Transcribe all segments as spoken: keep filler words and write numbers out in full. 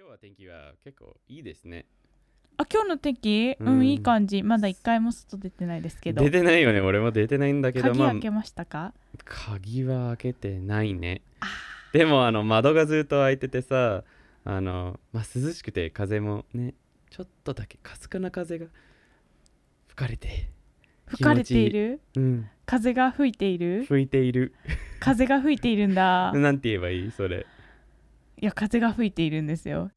日は天気は結構いいですね。 あ、今日の天気、うん、うん、いい感じ。まだ一回も外出てないですけど。 出てないよね。俺も出てないんだけど。 鍵開けましたか？まあ、 鍵は開けてないね。でもあの窓がずっと開いててさ、あの、まあ、涼しくて風もね、ちょっとだけかすかな風が吹かれて吹かれている、 うん、 風が吹いている吹いている風が吹いているんだなんて言えばいいそれ。 いや、風が吹いているんですよ。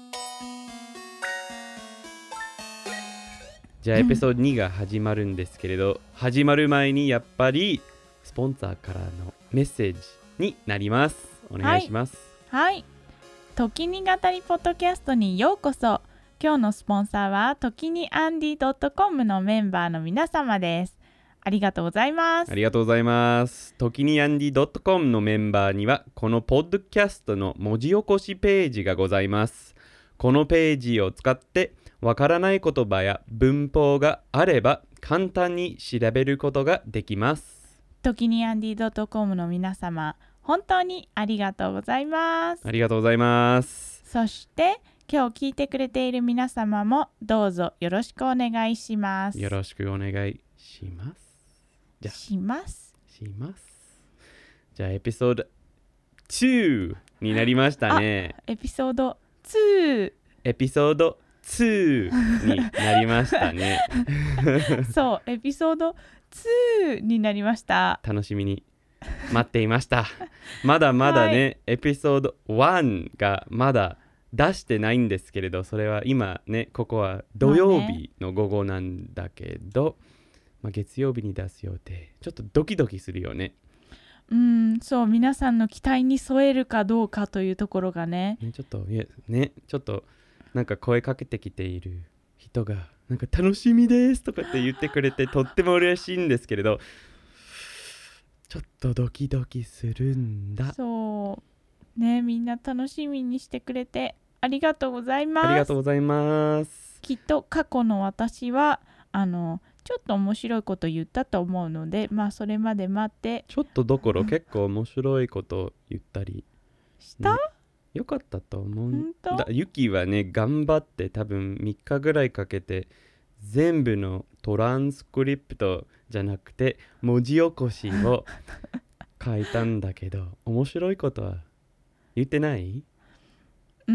じゃあエピソードにが始まるんですけれど、始まる前にやっぱりスポンサーからのメッセージになります。お願いします。 はい、はい、時に語りポッドキャストにようこそ。今日のスポンサーは時にアンディ .com のメンバーの皆様です。ありがとうございます。 ありがとうございます。時にアンディ .com のメンバーにはこのポッドキャストの文字起こしページがございます。このページを使ってわからない言葉や文法があれば簡単に調べることができます。 時にアンディ .com の皆様、本当にありがとうございます。 ありがとうございます。 そして今日聞いてくれている皆様もどうぞよろしくお願いします。 よろしくお願いします。じゃあしますします。じゃあエピソードにになりましたね。 エピソードにエピソードにになりましたねそうエピソードにになりました。 楽しみに待っていましたまだまだね、はい、エピソードいちがまだ出してないんですけれど、それは今ね、ここは土曜日の午後なんだけど、まあまあ、月曜日に出す予定。ちょっとドキドキするよね。 うん、そう、皆さんの期待に添えるかどうかというところがね、 ねちょっといやねちょっとなんか声かけてきている人がなんか楽しみですとかって言ってくれてとっても嬉しいんですけれど、ちょっとドキドキするんだ。 そうね、みんな楽しみにしてくれてありがとうございます。 ありがとうございます。 きっと過去の私はあのちょっと面白いこと言ったと思うので、まあそれまで待って。 ちょっとどころ結構面白いこと言ったりした、 ね、よかったと思う。 本当？ だユキはね頑張って多分みっかぐらいかけて全部のトランスクリプトじゃなくて文字起こしを書いたんだけど面白いことは言ってない？ うん、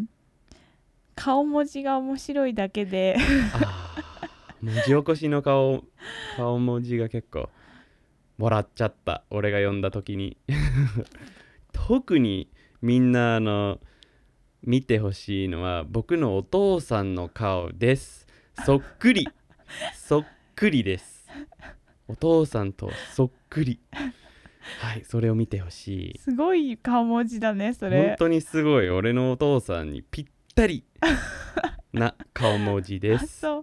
顔文字が面白いだけであ文字起こしの顔顔文字が結構笑っちゃった。俺が読んだ時に特にみんなあの見てほしいのは僕のお父さんの顔です。そっくりそっくりです。お父さんとそっくり。はい、それを見てほしい。 すごい顔文字だね、それ。 本当にすごい。俺のお父さんにぴったりな顔文字です。 そう、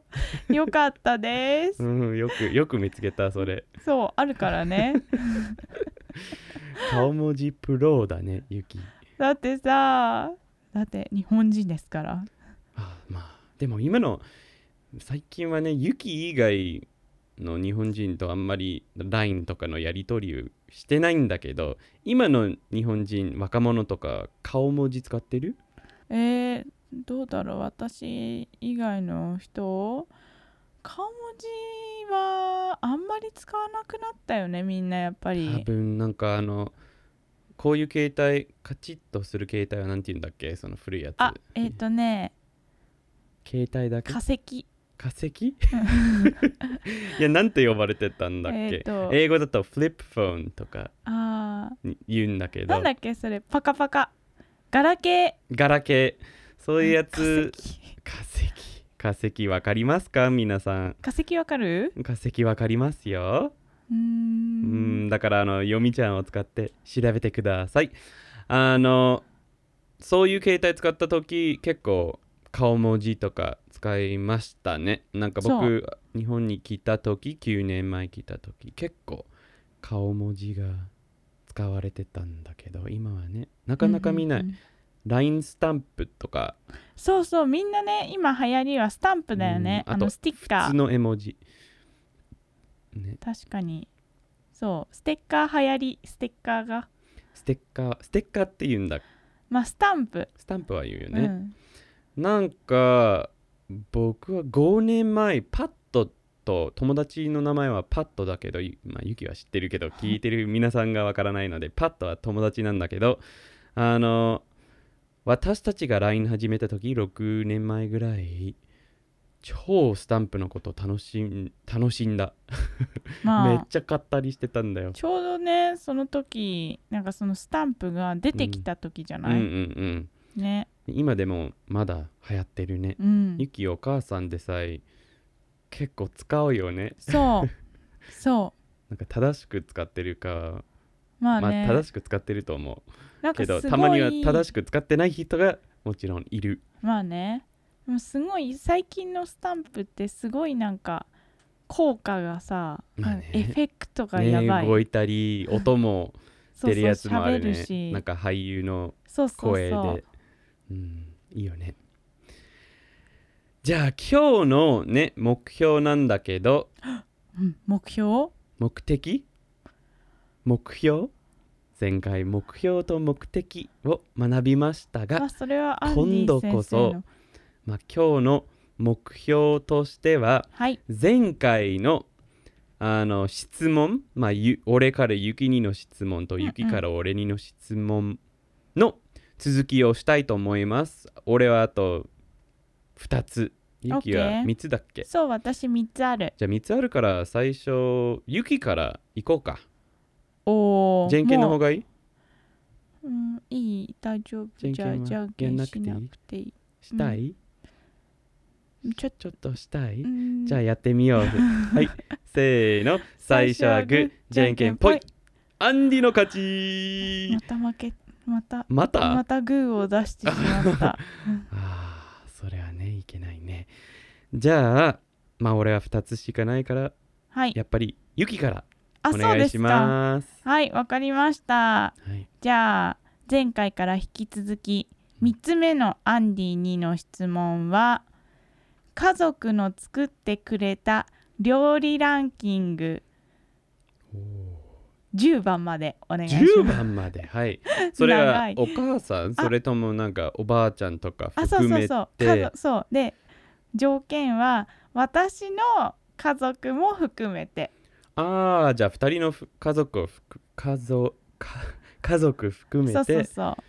よかったです、 うん、よくよく見つけたそれ。 そうあるからね顔文字プロだね、ゆき。 だってさ、だって日本人ですから。 あまあでも今の最近はね、ゆき以外の日本人とあんまり ライン とかのやり取りをしてないんだけど、今の日本人若者とか顔文字使ってる？ えー、どうだろう、私以外の人顔文字はあんまり使わなくなったよね、みんなやっぱり。 多分なんかあのこういう携帯カチッとする携帯はなんて言うんだっけ、その古いやつ。 あ、えっ、ー、とね携帯だけ化石化石いや、なんて呼ばれてたんだっけ、えー、英語だとフリップフォンとか言うんだけど、 なんだっけそれ、パカパカガラケーガラケー、そういうやつ。化石化石わかりますか皆さん？ 化石わかる？ 化石わかりますよ。 うーんうんだからあのよみちゃんを使って調べてください。あのそういう携帯使った時結構顔文字とか使いましたね。なんか僕日本に来た時きゅうねんまえ来た時結構顔文字が使われてたんだけど、今はねなかなか見ない、うんうんうん、ライン スタンプとか。 そうそう、みんなね今流行りはスタンプだよね、うん、あのスティッカー、 普通の絵文字、 ね、確かにそう、ステッカー流行り、ステッカーがステッカーステッカーって言うんだっまあスタンプ。 スタンプは言うよね。 うんなんか僕はごねんまえパッドと友達の名前はパッドだけど、まあユキは知ってるけど聞いてる皆さんがわからないのでパッドは友達なんだけど、あの私たちが ライン 始めた時ろくねんまえぐらい超スタンプのこと楽しん楽しんだ、 まあめっちゃ買ったりしてたんだよ。 ちょうどねその時なんかそのスタンプが出てきた時じゃない、 うんうんうんね。 今でもまだ流行ってるね。 うんユキお母さんでさえ結構使うよね。 そうそなんか正しく使ってるか、 うまあまあね、 正しく使ってると思うけど、 なんかすごいたまには正しく使ってない人がもちろんいる。 まあねでもすごい最近のスタンプってすごいなんか効果がさ、 まあねエフェクトがやばい、 ね、動いたり音もそうそう出るやつもあるね。 喋るしなんか俳優のそうそう声でそううん、いいよね。じゃあ今日のね目標なんだけど、 うん目標目的目標前回目標と目的を学びましたが、 あそれはアンディ先生の今度こそまあ、今日の目標としてははい前回のあの質問、まあ、ゆ俺からゆきにの質問とゆきから俺にの質問の続きをしたいと思います。俺はあとふたつ、ゆきは OK みっつだっけ？ そう私みっつある。 じゃあみっつあるから最初ゆきから行こうか。 おーじゃんけんの方がいい？ もううんいい大丈夫じゃんけんはじゃあじゃんけんしなくていいしたい、 ちょっちょっとしたい、 とうんじゃあやってみよう。はいせーの、最初はグーじゃんけんぽい。アンディの勝ち。 また負けまたまたまたグーを出してしまったうんああ、それはね、いけないね。じゃあ、まあ俺はふたつしかないから、 はいやっぱりユキからあお願いしそうですかます。 はいわかりました。 はい、 じゃあ前回から引き続きみっつめのアンディにの質問は家族の作ってくれた料理ランキングじゅうばんまでお願いします。 じゅうばんまで、はい。それは長いお母さん、それともなんかおばあちゃんとかあそう含めそうそう家て。 族そうで条件は私の家族も含めてああ、じゃあふたりのふ家族をふく家族か家族含めて。 そうそうそうは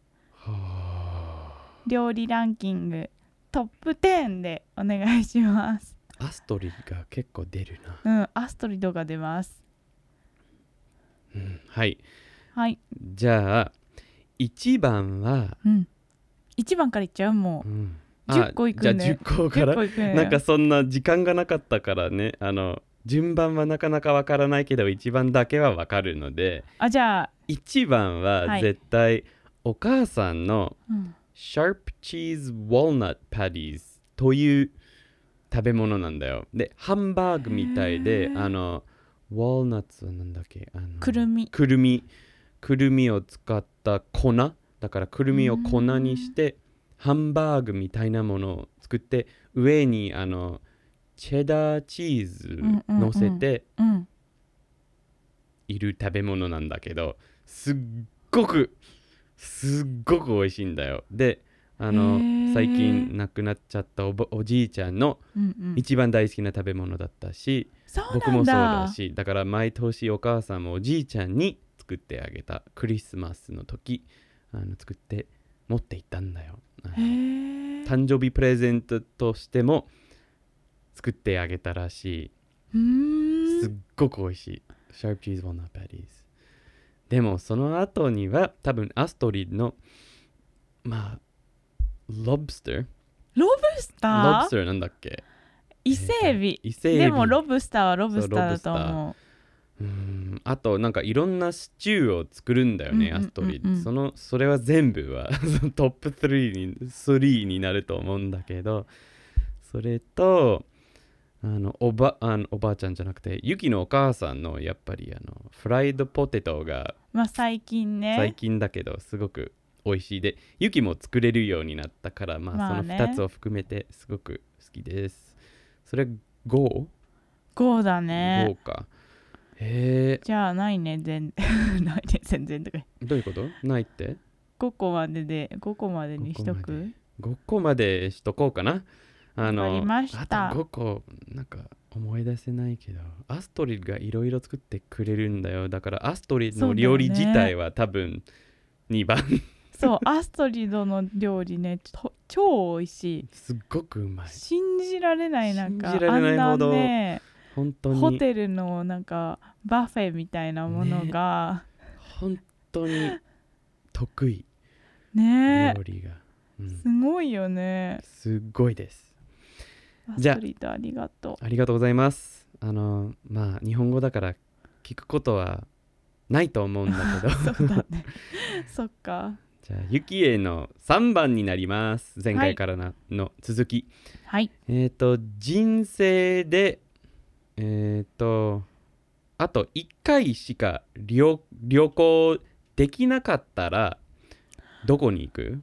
あ、 料理ランキングトップじゅうでお願いします。 アストリッドが結構出るな。 うんアストリドが出ます。 うん、はい。 はいじゃあいちばんは、 うんいちばんからいっちゃうもううんじゅっこいくんだよじゃあじゅっこからじゅっこいくんだよなんかそんな時間がなかったからね、あの順番はなかなかわからないけどいちばんだけはわかるので、 あじゃあ、 いちばんははい絶対お母さんのうんシャープチーズウォーナットパティーズという食べ物なんだよ。でハンバーグみたいで、 へーあのウォーナッツはなんだっけ、あのくるみくるみくるみを使った粉だから、くるみを粉にしてハンバーグみたいなものを作って、上にあのチェダーチーズ乗せてうんいる食べ物なんだけど、すっごくすっごく美味しいんだよ。であのへー最近亡くなっちゃったおばおじいちゃんのうんうん一番大好きな食べ物だったし、 そうなんだ僕もそうだし、だから毎年お母さんもおじいちゃんに作ってあげた。クリスマスの時あの作って持って行ったんだよ。あのへー誕生日プレゼントとしても作ってあげたらしうーい。 んすっごく美味しい。シャープチーズウォーナットパティーズ。でもその後には多分アストリッドのまあロブスターロブスターロブスターなんだっけ、 伊勢エビ伊勢エビ。 でもロブスターはロブスターだとそうロブス思う。 うーんあとなんかいろんなシチューを作るんだよね、 うんうんうんうんアストリッド。そのそれは全部はトップスリーにスリーになると思うんだけど、それとあのおばあのおばあちゃんじゃなくてユキのお母さんのやっぱりあのフライドポテトがまあ最近ね最近だけどすごく美味しいで、ユキも作れるようになったから、まあまあねそのふたつを含めてすごく好きです。それ ご? ごだごね。 か。へえ、 じゃあないね全ないね全然とかどういうこと？ないって？ ごこまででごこまでにしとごこまく。 ごこまでしとこうかな。あのわかりました。 あとごこなんか思い出せないけど、アストリッドがいろいろ作ってくれるんだよ。だからアストリッドの料理自体は多分にばん。 そうアストリッドの料理ねと超美味しい。 すっごくうまい。 信じられないなんか信じられないほどあんなね本当にホテルのなんかバフェみたいなものが本当に得意ね料理が、うん、 すごいよね。 すごいです。 アストリッドありがとう。 ありがとうございます。あのまあ日本語だから聞くことはないと思うんだけどそうだねそっか。 じゃあゆきえのさんばんになります。前回からな、の続き。 はい。 えっ、と人生でえっ、とあといっかいしか 旅, 旅行できなかったらどこに行く？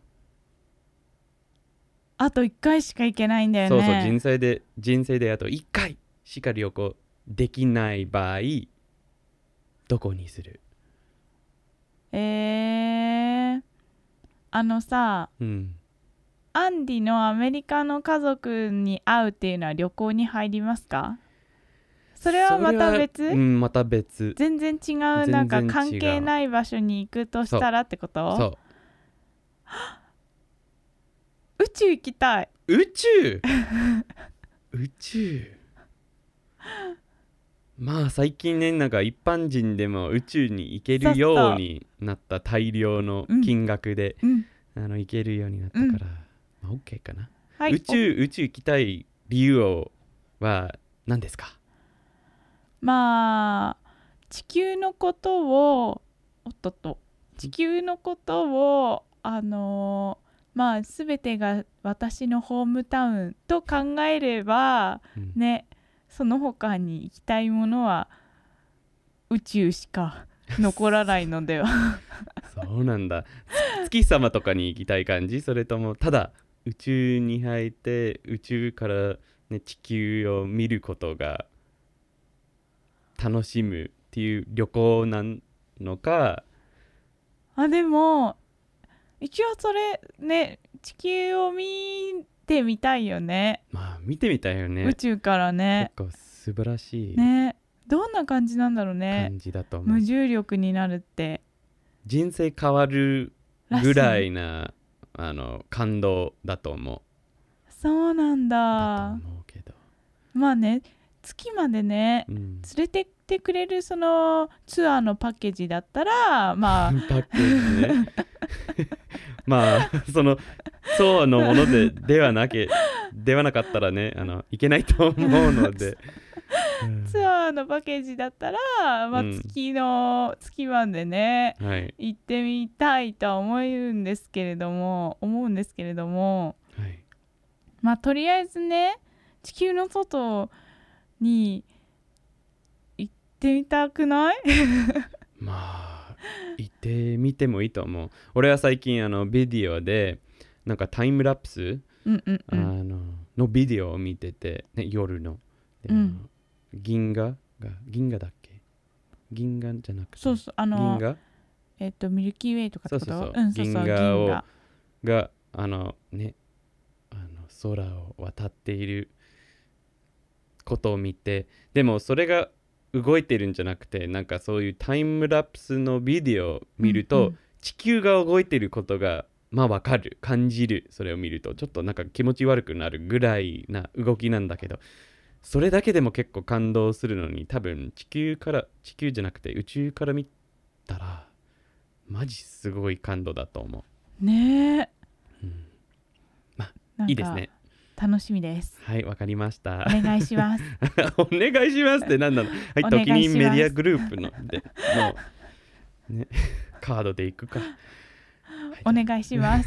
あといっかいしか行けないんだよね。 そうそう、人生で人生であといっかいしか旅行できない場合どこにする？ えー、あのさ、 うん、 アンディのアメリカの家族に会うっていうのは旅行に入りますか？それはまた別？ うん、また別。 全然違う、なんか関係ない場所に行くとしたらってこと？ そう。 宇宙行きたい。 宇宙宇宙まあ最近ね、なんか一般人でも宇宙に行けるようになった大量の金額で、 うんうん、 あの行けるようになったから、うん、まあ OK かな、 はい、 宇宙宇宙行きたい理由は何ですか？ まあ地球のことをおっとっと地球のことをあのーまあ全てが私のホームタウンと考えれば、うん、ね、その他に行きたいものは宇宙しか残らないのではそうなんだ。月様とかに行きたい感じ？それともただ宇宙に入って宇宙から、ね、地球を見ることが楽しむっていう旅行なのか？ あ、でも一応それね、地球を見てみたいよね。 まあ見てみたいよね。 宇宙からね。 結構素晴らしいね。どんな感じなんだろうね。 感じだと思う。 無重力になるって人生変わるぐらいなあの感動だと思う。 そうなんだ。 だと思うけど。 まあね、月までね、うん、連れてってくれるそのツアーのパッケージだったらまあパッケージねまあそのそうのものでではなけではなかったらね、あのいけないと思うのでツアーのパッケージだったら、まあ、月の、うん、月までね、はい、行ってみたいとは思うんですけれども思うんですけれども、はい、まあとりあえずね地球の外に行ってみたくないまあ行ってみてもいいと思う。俺は最近あのビデオでなんかタイムラプス、うんうんうん、あののビデオを見てて、ね、夜の、うん、銀河が銀河だっけ？銀河じゃなくてそうそうあの銀河えっとミルキーウェイとかってこと？ そうそうそう、うん、銀河をがあのねあの空を渡っていることを見て、でもそれが動いてるんじゃなくて、なんかそういうタイムラプスのビデオを見ると、うんうん、地球が動いてることがまあわかる、感じる。それを見るとちょっとなんか気持ち悪くなるぐらいな動きなんだけど、それだけでも結構感動するのに、多分地球から地球じゃなくて宇宙から見たらマジすごい感動だと思うねえ、 うん、まあいいですね。 楽しみです。 はい、わかりました。 お願いしますお願いしますって何なの？はい、時にメディアグループのでの、ね、カードでいくか、はい、 お願いします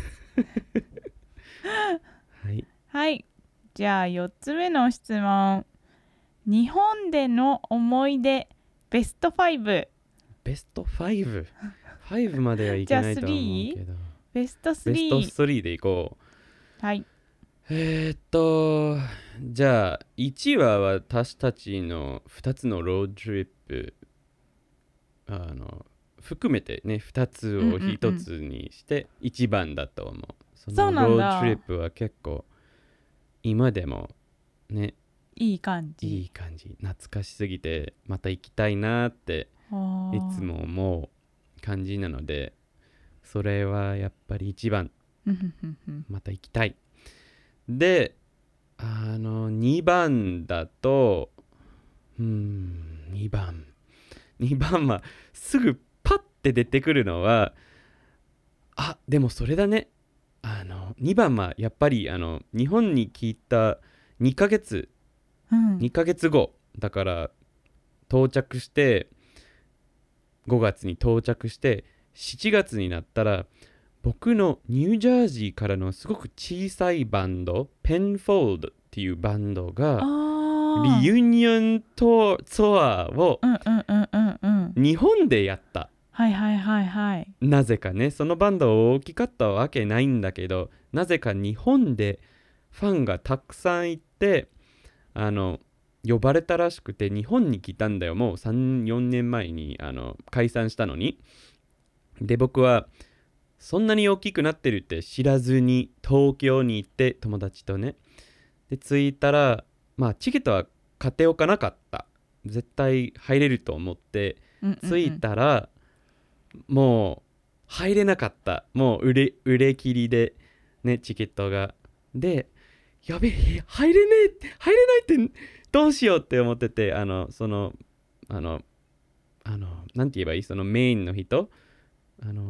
はい、 はい、じゃあよっつめの質問。日本での思い出ベストファイブ。 ベストファイブ？ ファイブまではいけないと思うけど、 ベストスリー。 ベストスリーでいこう。はい。 えー、っとじゃあいちわは私たちのふたつのロードトリップ、あの含めてねふたつをひとつにしていちばんだと思う、うんうんうん、 そのロードトリップは結構今でもねいい感じいい感じ懐かしすぎてまた行きたいなっていつも思う感じなのでそれはやっぱりいちばんまた行きたいであのにばんだとうーんにばんにばんはすぐパッて出てくるのはあでもそれだねあのにばんはやっぱりあの日本に来たにかげつ、うん、にかげつごだから到着してごがつに到着してしちがつになったら僕のニュージャージーからのすごく小さいバンドペンフォールドっていうバンドがリユニオントツアーを日本でやった、 はいはいはいはい。 なぜかねそのバンド大きかったわけないんだけどなぜか日本でファンがたくさんいてあの呼ばれたらしくて日本に来たんだよ。もうさん、よねんまえにあの解散したのに。で僕はそんなに大きくなってるって知らずに東京に行って友達とねで着いたらまあチケットは買っておかなかった。絶対入れると思って着いたら、うんうんうん、もう入れなかった。もう売れ売れ切りでねチケットがでやべえ入れねえ入れないってどうしようって思っててあのそのあのあのなんて言えばいいそのメインの人あの、 うんうん、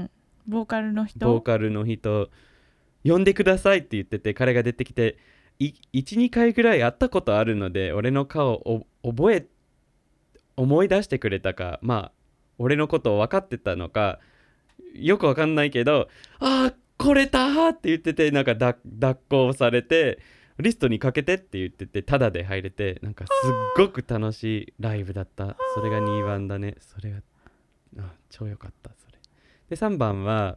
ボーカルの人ボーカルの人呼んでくださいって言ってて彼が出てきていち、にかいぐらい会ったことあるので俺の顔を覚え思い出してくれたかまあ俺のことを分かってたのかよく分かんないけどあーこれだって言っててなんかだ抱っこされてリストにかけてって言っててタダで入れてなんかすっごく楽しいライブだった。それがにばんだね。それがあ超良かったそれでさんばんは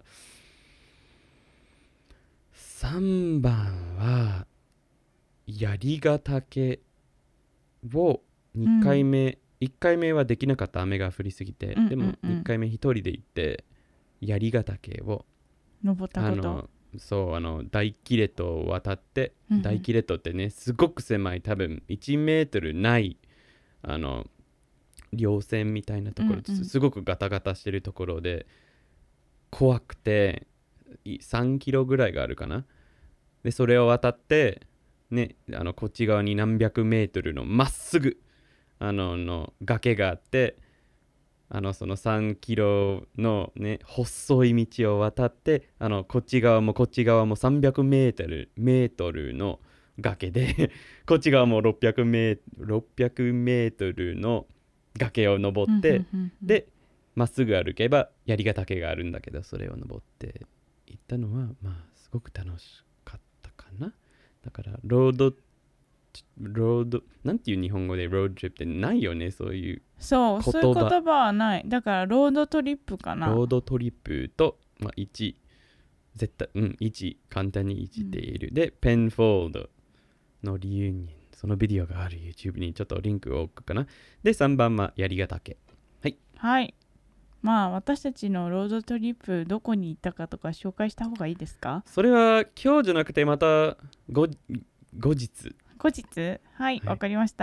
さんばんは槍ヶ岳をにかいめ、うん、いっかいめはできなかった雨が降りすぎて、うんうんうん、でもいっかいめ一人で行って槍ヶ岳を登ったことあのそうあの大キレトを渡って、うんうん、大キレトってねすごく狭い多分いちメートルないあの稜線みたいなところ、うんうん、すごくガタガタしてるところで怖くてさんキロぐらいがあるかな。でそれを渡ってねあのこっち側に何百メートルのまっすぐあのの崖があってあのそのさんキロのね細い道を渡ってあのこっち側もこっち側もさんびゃくメートルメートルの崖でこっち側もろっぴゃくメートルの崖を登って、うんうんうんうん、でまっすぐ歩けば槍ヶ岳があるんだけどそれを登って行ったのはまあすごく楽しかったかな。だからロードロードなんていう日本語でロードトリップってないよね。そういうそうそういう言葉はない。だからロードトリップかな。 ロードトリップと、まあ、いち絶対うんいち簡単にいちでいる、うん、でペンフォールドのリユニオンそのビデオがある YouTube にちょっとリンクを置くかな。でさんばんは槍ヶ岳。はいはいまあ私たちのロードトリップどこに行ったかとか紹介した方がいいですか。 それは今日じゃなくてまた後日後日はいわ、はい、かりました。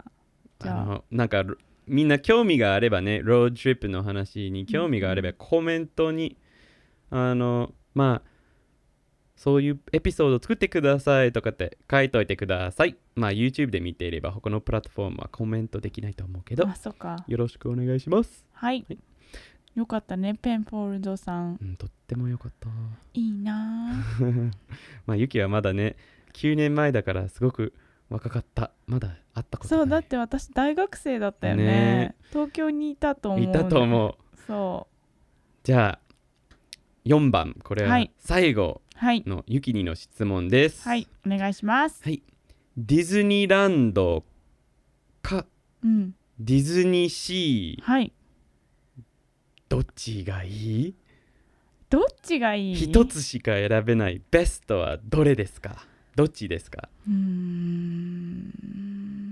じゃあ、あのなんかみんな興味があればねロードトリップの話に興味があれば、うん、コメントにあのまあそういうエピソード作ってくださいとかって書いといてください。まあ YouTube で見ていれば他のプラットフォームはコメントできないと思うけどあそうかよろしくお願いします。 はい、はい、よかったねペンフォールドさん、 うん、とってもよかった。 いいなまあユキはまだねきゅうねんまえだからすごく若かった。まだ会ったことない。 そうだって私大学生だったよ ね, ね東京にいたと思う。 いたと思う。 そうじゃあよんばんこれは最後のユキニの質問です。 はい、はい、お願いします。 はい、ディズニーランドか、うん、ディズニーシー、 はい、 どっちがいい？ どっちがいい？ 一つしか選べないベストはどれですか？どっちですか？ うーん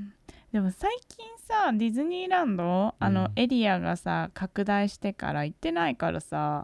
でも最近さディズニーランドあの、うん、エリアがさ拡大してから行ってないからさ、 うん、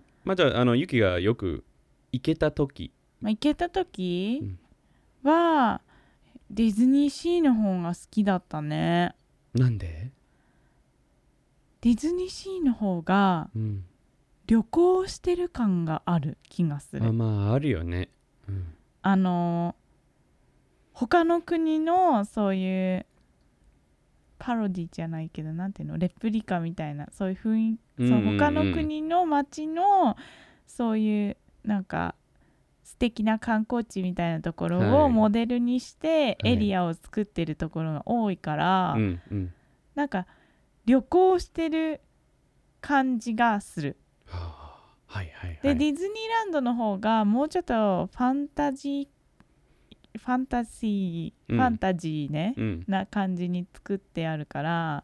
まあじゃああのユキがよく行けた時、 まあ、行けた時は、うん、ディズニーシーの方が好きだったね。 なんで？ ディズニーシーの方が、うん、旅行してる感がある気がする。 あ、まああるよね、うん、 あの他の国のそういうパロディじゃないけどなんていうのレプリカみたいなそういう雰囲気、そう他の国の街のそういうなんか素敵な観光地みたいなところをモデルにしてエリアを作ってるところが多いから、はいうんうん、なんか旅行してる感じがする、 はあはいはいはい、 でディズニーランドの方がもうちょっとファンタジーファンタジー、うん、ファンタジーね、うん、な感じに作ってあるから、うん、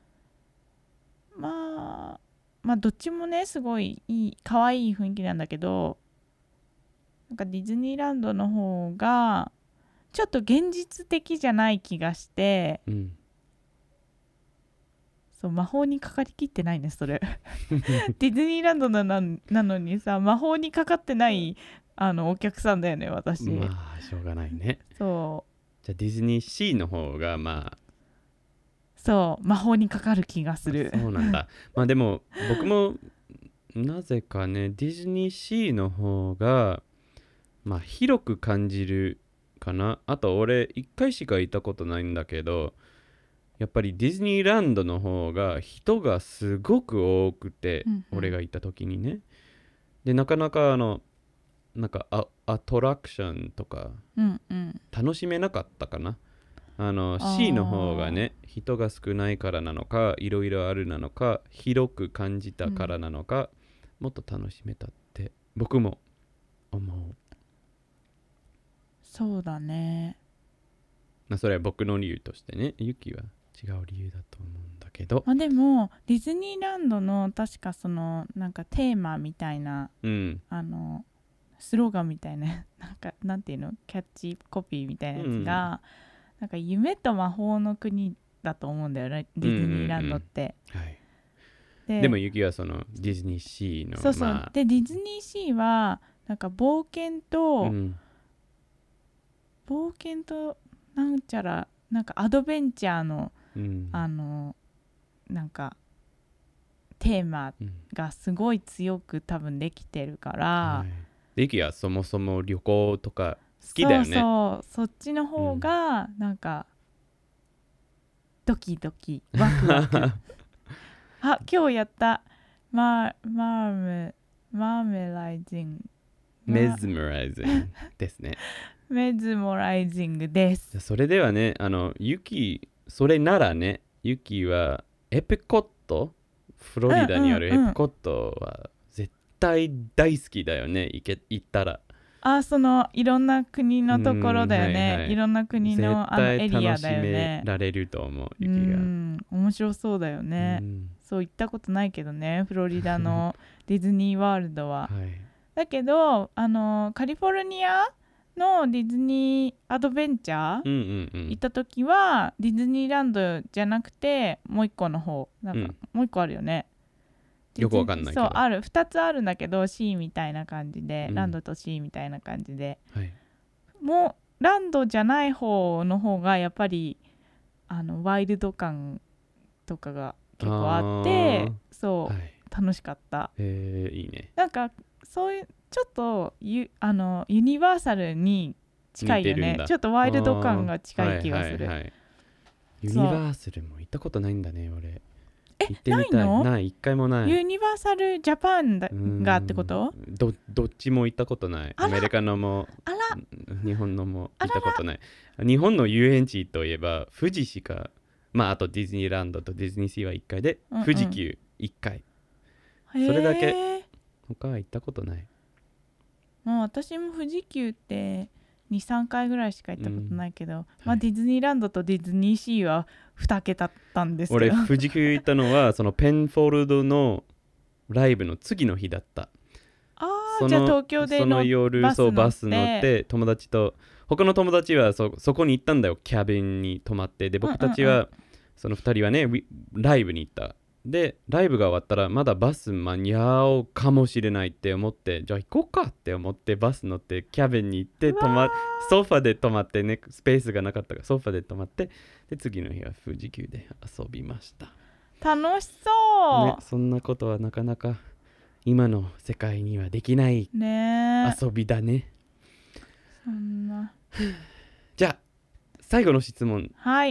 まあまあどっちもねすごいいい可愛い雰囲気なんだけどなんかディズニーランドの方がちょっと現実的じゃない気がして、うん、そう魔法にかかりきってないねそれディズニーランドな、なのにさ魔法にかかってないあのお客さんだよね私。 まあしょうがないね。 そうじゃあディズニーシーの方がまあそう魔法にかかる気がする。 そうなんだまあでも僕もなぜかねディズニーシーの方がまあ広く感じるかな。あと俺一回しか行ったことないんだけどやっぱりディズニーランドの方が人がすごく多くて、うんうん、俺が行った時にねでなかなかあのなんか ア, アトラクションとか楽しめなかったかな、うんうん、あの C の方がね人が少ないからなのかいろいろあるなのか広く感じたからなのか、うん、もっと楽しめたって僕も思う。 そうだね、 まあ、それは僕の理由としてねユキは違う理由だと思うんだけど、 まあ、でもディズニーランドの確かそのなんかテーマみたいな、うん、あのスローガンみたいななんかなんていうのキャッチコピーみたいなやつが、うん、なんか夢と魔法の国だと思うんだよねディズニーランドって、うんうんうんはい、 で, でもユキはそのディズニーシーのそうそう、 まあ、 でディズニーシーはなんか冒険と、うん、冒険となんちゃらなんかアドベンチャーの、うん、あのなんかテーマがすごい強く多分できてるから、はいユキはそもそも旅行とか好きだよね。 そうそうそっちの方がなんか、うん、ドキドキワクワクあ今日やったママーメマーメライジングメズモライジングですねメズモライジングです。 それではねあのユキそれならねユキはエピコットフロリダにあるエピコットは、うんうんうん大好きだよね行け行ったらあそのいろんな国のところだよね、はいはい、いろんな国のあのエリアだよね。絶対楽しめられると思うユキがうん面白そうだよね、うん、そう行ったことないけどねフロリダのディズニーワールドは、はい、だけどあのカリフォルニアのディズニーアドベンチャー、うんうんうん、行った時はディズニーランドじゃなくてもう一個の方なんか、うん、もう一個あるよねよくわかんないけどそうあるふたつあるんだけど C みたいな感じで、うん、ランドと C みたいな感じで、はい、もうランドじゃない方の方がやっぱりあのワイルド感とかが結構あってそう、はい、楽しかった。 へえいいね。 なんかそういうちょっとユあのユニバーサルに近いよね。ちょっとワイルド感が近い気がする、はいはいはい、 ユニバーサルも行ったことないんだね俺。行ってみたい。 ないの？ ない一回もない。 ユニバーサルジャパンだがってこと？ ど, どっちも行ったことない。アメリカのもあら日本のも行ったことない。日本の遊園地といえば富士しかまああとディズニーランドとディズニーシーはいっかいで、うんうん、富士急いっかいそれだけ他は行ったことない。 もう私も富士急ってにさんかいぐらいしか行ったことないけど、うんまあ、ディズニーランドとディズニーシーはに桁だったんですけど俺富士急行ったのはそのペンフォルドのライブの次の日だった。 あそのじゃあ東京でのその夜バス乗ってそうバス乗って友達と他の友達は そ, そこに行ったんだよ、キャビンに泊まって。で僕たちは、うんうんうん、そのふたりはねライブに行った。でライブが終わったらまだバス間に合うかもしれないって思って、じゃあ行こうかって思ってバス乗ってキャビンに行って泊まソファで泊まってね、スペースがなかったからソファで泊まって、で次の日は富士急で遊びました。 楽しそう、 ね、そんなことはなかなか今の世界にはできない遊びだね。 そんなじゃあ最後の質問。 はい、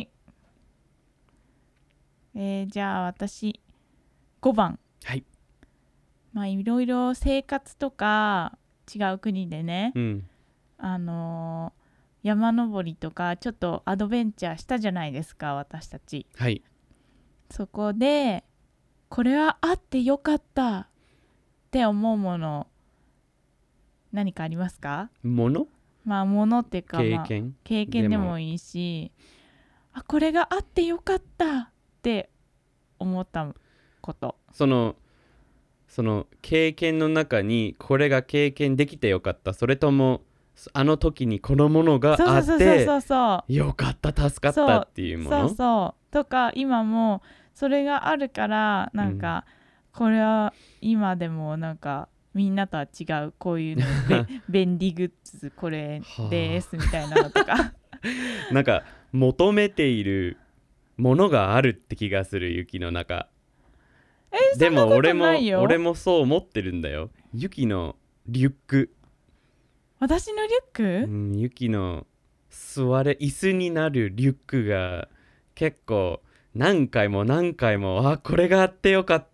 えー、じゃあ私ごばん。 はい。 まあいろいろ生活とか違う国でね、 うん、 あのー、山登りとかちょっとアドベンチャーしたじゃないですか私たち。 はい。 そこでこれはあってよかったって思うもの何かありますか？ もの？ まあものっていうか、 経験、 まあ、経験でもいいし、あこれがあってよかったって思ったこと。 そのその経験の中にこれが経験できてよかった、それともあの時にこのものがあってよかった助かったっていうもの。 そうそうそうとか今もそれがあるからなんか、うん、これは今でもなんかみんなとは違うこういうの便利グッズこれですみたいなのとかなんか求めているものがあるって気がする、雪の中。 えでも俺も俺もそう思ってるんだよ。雪のリュック。 私のリュック？ うん、雪の座れ椅子になるリュックが結構何回も何回も、あこれがあってよかった、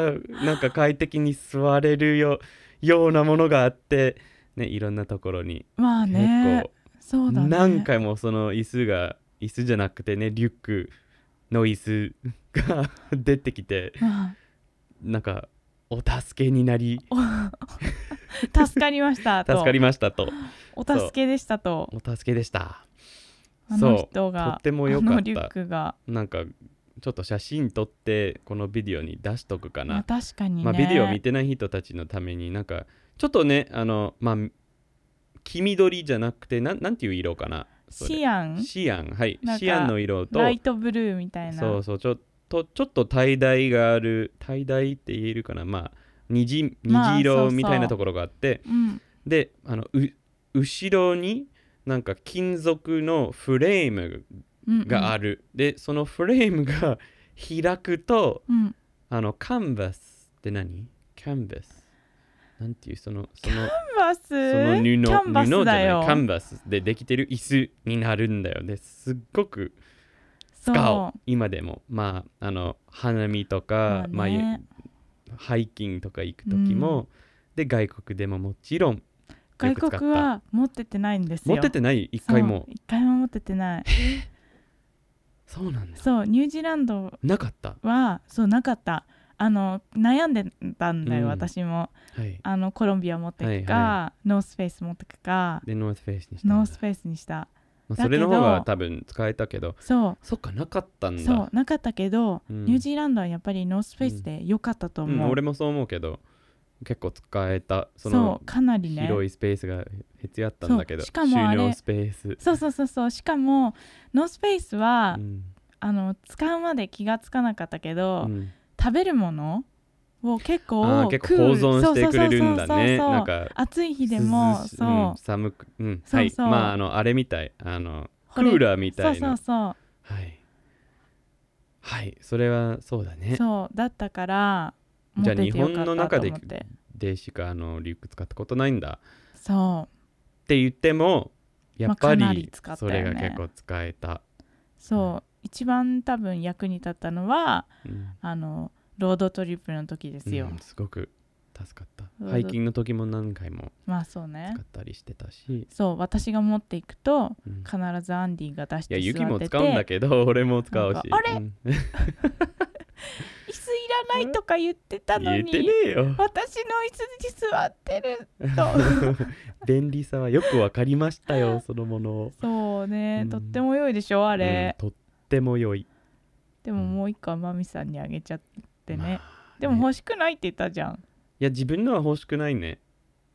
なんか快適に座れる よ, ようなものがあってね、いろんなところにまあね、 結構そうだね、 何回もその椅子が椅子じゃなくてねリュックの椅子が出てきて、なんかお助けになり助かりましたと助かりましたとお助けでしたとお助けでした。 あの人がとっても良かった。 あのリュックがなんかちょっと写真撮ってこのビデオに出しとくかな、 まあ、確かにね、 まあ、ビデオ見てない人たちのためになんかちょっとねあのまあ黄緑じゃなくてな ん, なんていう色かな、 シアンシアンはいシアンの色とライトブルーみたいな、 そうそうちょっとちょっと橙がある、橙って言えるかな、まあ虹虹色みたいなところがあって、 まあそうそう、うん、 であのう後ろになんか金属のフレームがある、うんうん、でそのフレームが開くと、うん、あのカンバスって何？キャンバスなんていうそのそのキャンバス？その布キャンバスだよ。 布じゃないカンバスでできてる椅子になるんだよ。ですっごく使う今でも、まああの花見とか、まあね、まあ、ハイキングとか行く時も、うん、で外国でももちろん外国は持っててないんですよ。 持っててない？一回も一回も持っててない。 そうなんだ。 そうニュージーランドはなかったそうなかった。あの悩んでたんだよ、うん、私も、 はい、 あのコロンビア持ってくか、はいはい、ノースフェイス持ってくかでノースフェイスにしたノースフェイスにした、 まあ、それの方が多分使えたけど、 そうそっかなかったんだ。 そうなかったけど、うん、ニュージーランドはやっぱりノースフェイスで良かったと思う、 うんうん、俺もそう思うけど結構使えた。そのそうかなりね広いスペースが必要あったんだけど、 しかもあれ収納スペースそうそうそうそうしかもノースペースは、うん、あの使うまで気がつかなかったけど、うん、食べるものを結構結構保存してくれるんだね。なんか暑い日でもそう、 うん、寒く、うん、そうそう、はい、まああのあれみたいあのクーラーみたいな、 そうそうそうはいはいそれはそうだね。 そうだったからじゃあ日本の中ででしかあのリュック使ったことないんだ。 そうって言ってもやっぱり、 まあね、 それが結構使えた。 そう、うん、一番多分役に立ったのは、うん、あのロードトリップの時ですよ、 うん、すごく助かった。ハイキングの時も何回もまあそうね使ったりしてたし、 そう私が持っていくと、うん、必ずアンディが出して座ってて、 いや雪も使うんだけど俺も使うし、 あれ、うん、椅子いらないとか言ってたのに、 言ってねえよ私の椅子に座ってると便利さはよくわかりましたよそのものを。 そうね、うん、とっても良いでしょあれ、 うん、とっても良い。 でももう一個はマミさんにあげちゃってね、まあ、でも欲しくないって言ったじゃん。 いや自分のは欲しくないね。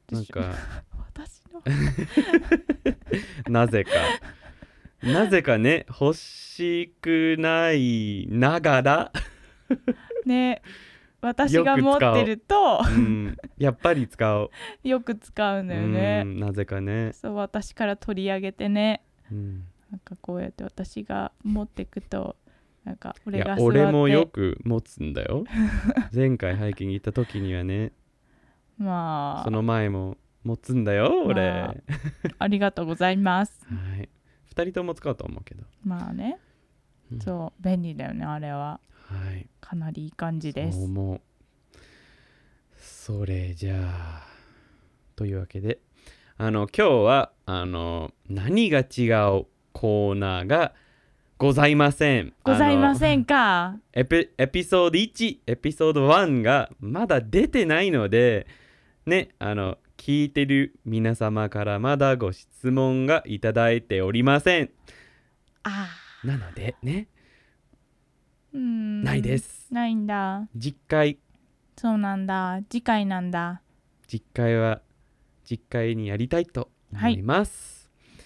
なんか私のなぜかなぜかね欲しくないながらね、私が持ってると、 うん、やっぱり使うよく使うんだよね。 なぜかね。 そう、私から取り上げてね、 うん、 なんかこうやって私が持ってくと、なんか俺が座って、 いや俺もよく持つんだよ前回ハイキング行った時にはね、 まあその前も持つんだよ俺、まあ、 ありがとうございますはい、ふたりとも使うと思うけど、 まあね、うん、そう便利だよねあれは。 はい、 かなりいい感じです。 そう思う。それじゃあというわけで、あの今日はあの何が違うコーナーがございません。 ございませんか。 エピ、エピソードいち、エピソードいちがまだ出てないのでね、あの聞いてる皆様からまだご質問がいただいておりません。 ああ、なのでね、 うーん、 ないです。 ないんだ。 実回。 そうなんだ。次回なんだ。 実回は実回にやりたいと思います。はい、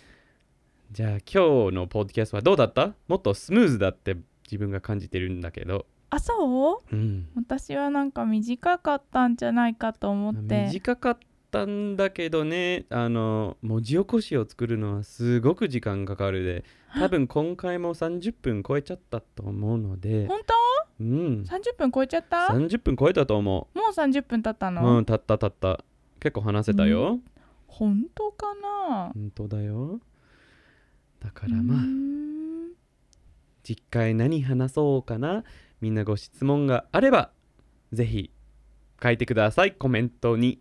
じゃあ今日のポッドキャストはどうだった？もっとスムーズだって自分が感じてるんだけど。 あ、そう？うん、私はなんか短かったんじゃないかと思って。 短かったんだけどね、あの文字起こしを作るのはすごく時間かかるで、多分今回もさんじゅっぷん超えちゃったと思うので。 本当？うん、さんじゅっぷん超えちゃった？ さんじゅっぷん超えたと思う。もうさんじゅっぷん経ったの？ うん、経った経った。結構話せたよ。 本当かな？ 本当だよ。だからまあ実回何話そうかな。みんなご質問があればぜひ書いてください、コメントに。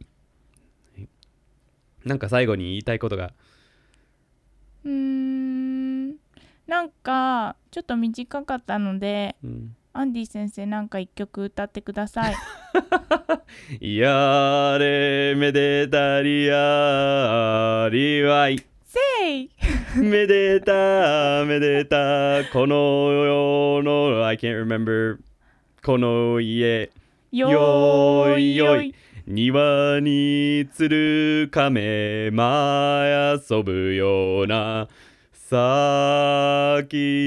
なんか最後に言いたいことが。 うーん、なんかちょっと短かったので、うん、アンディ先生なんか一曲歌ってください。やれめでたりやりわいせいめでためでたこの世の I can't remember この家よいよい庭につる亀舞遊ぶような咲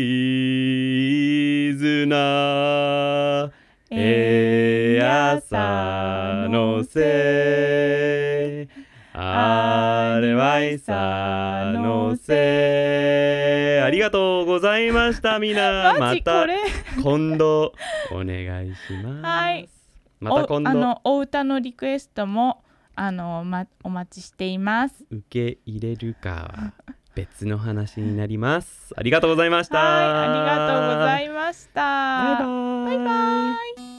き綱えやさのせあれはいさのせ。ありがとうございましたみんな。また今度お願いします。はい、また今度お, あのお歌のリクエストもあの、ま、お待ちしています。 受け入れるかは別の話になります。ありがとうございました。 はい、ありがとうございました。 バイバイ。 バイバイ。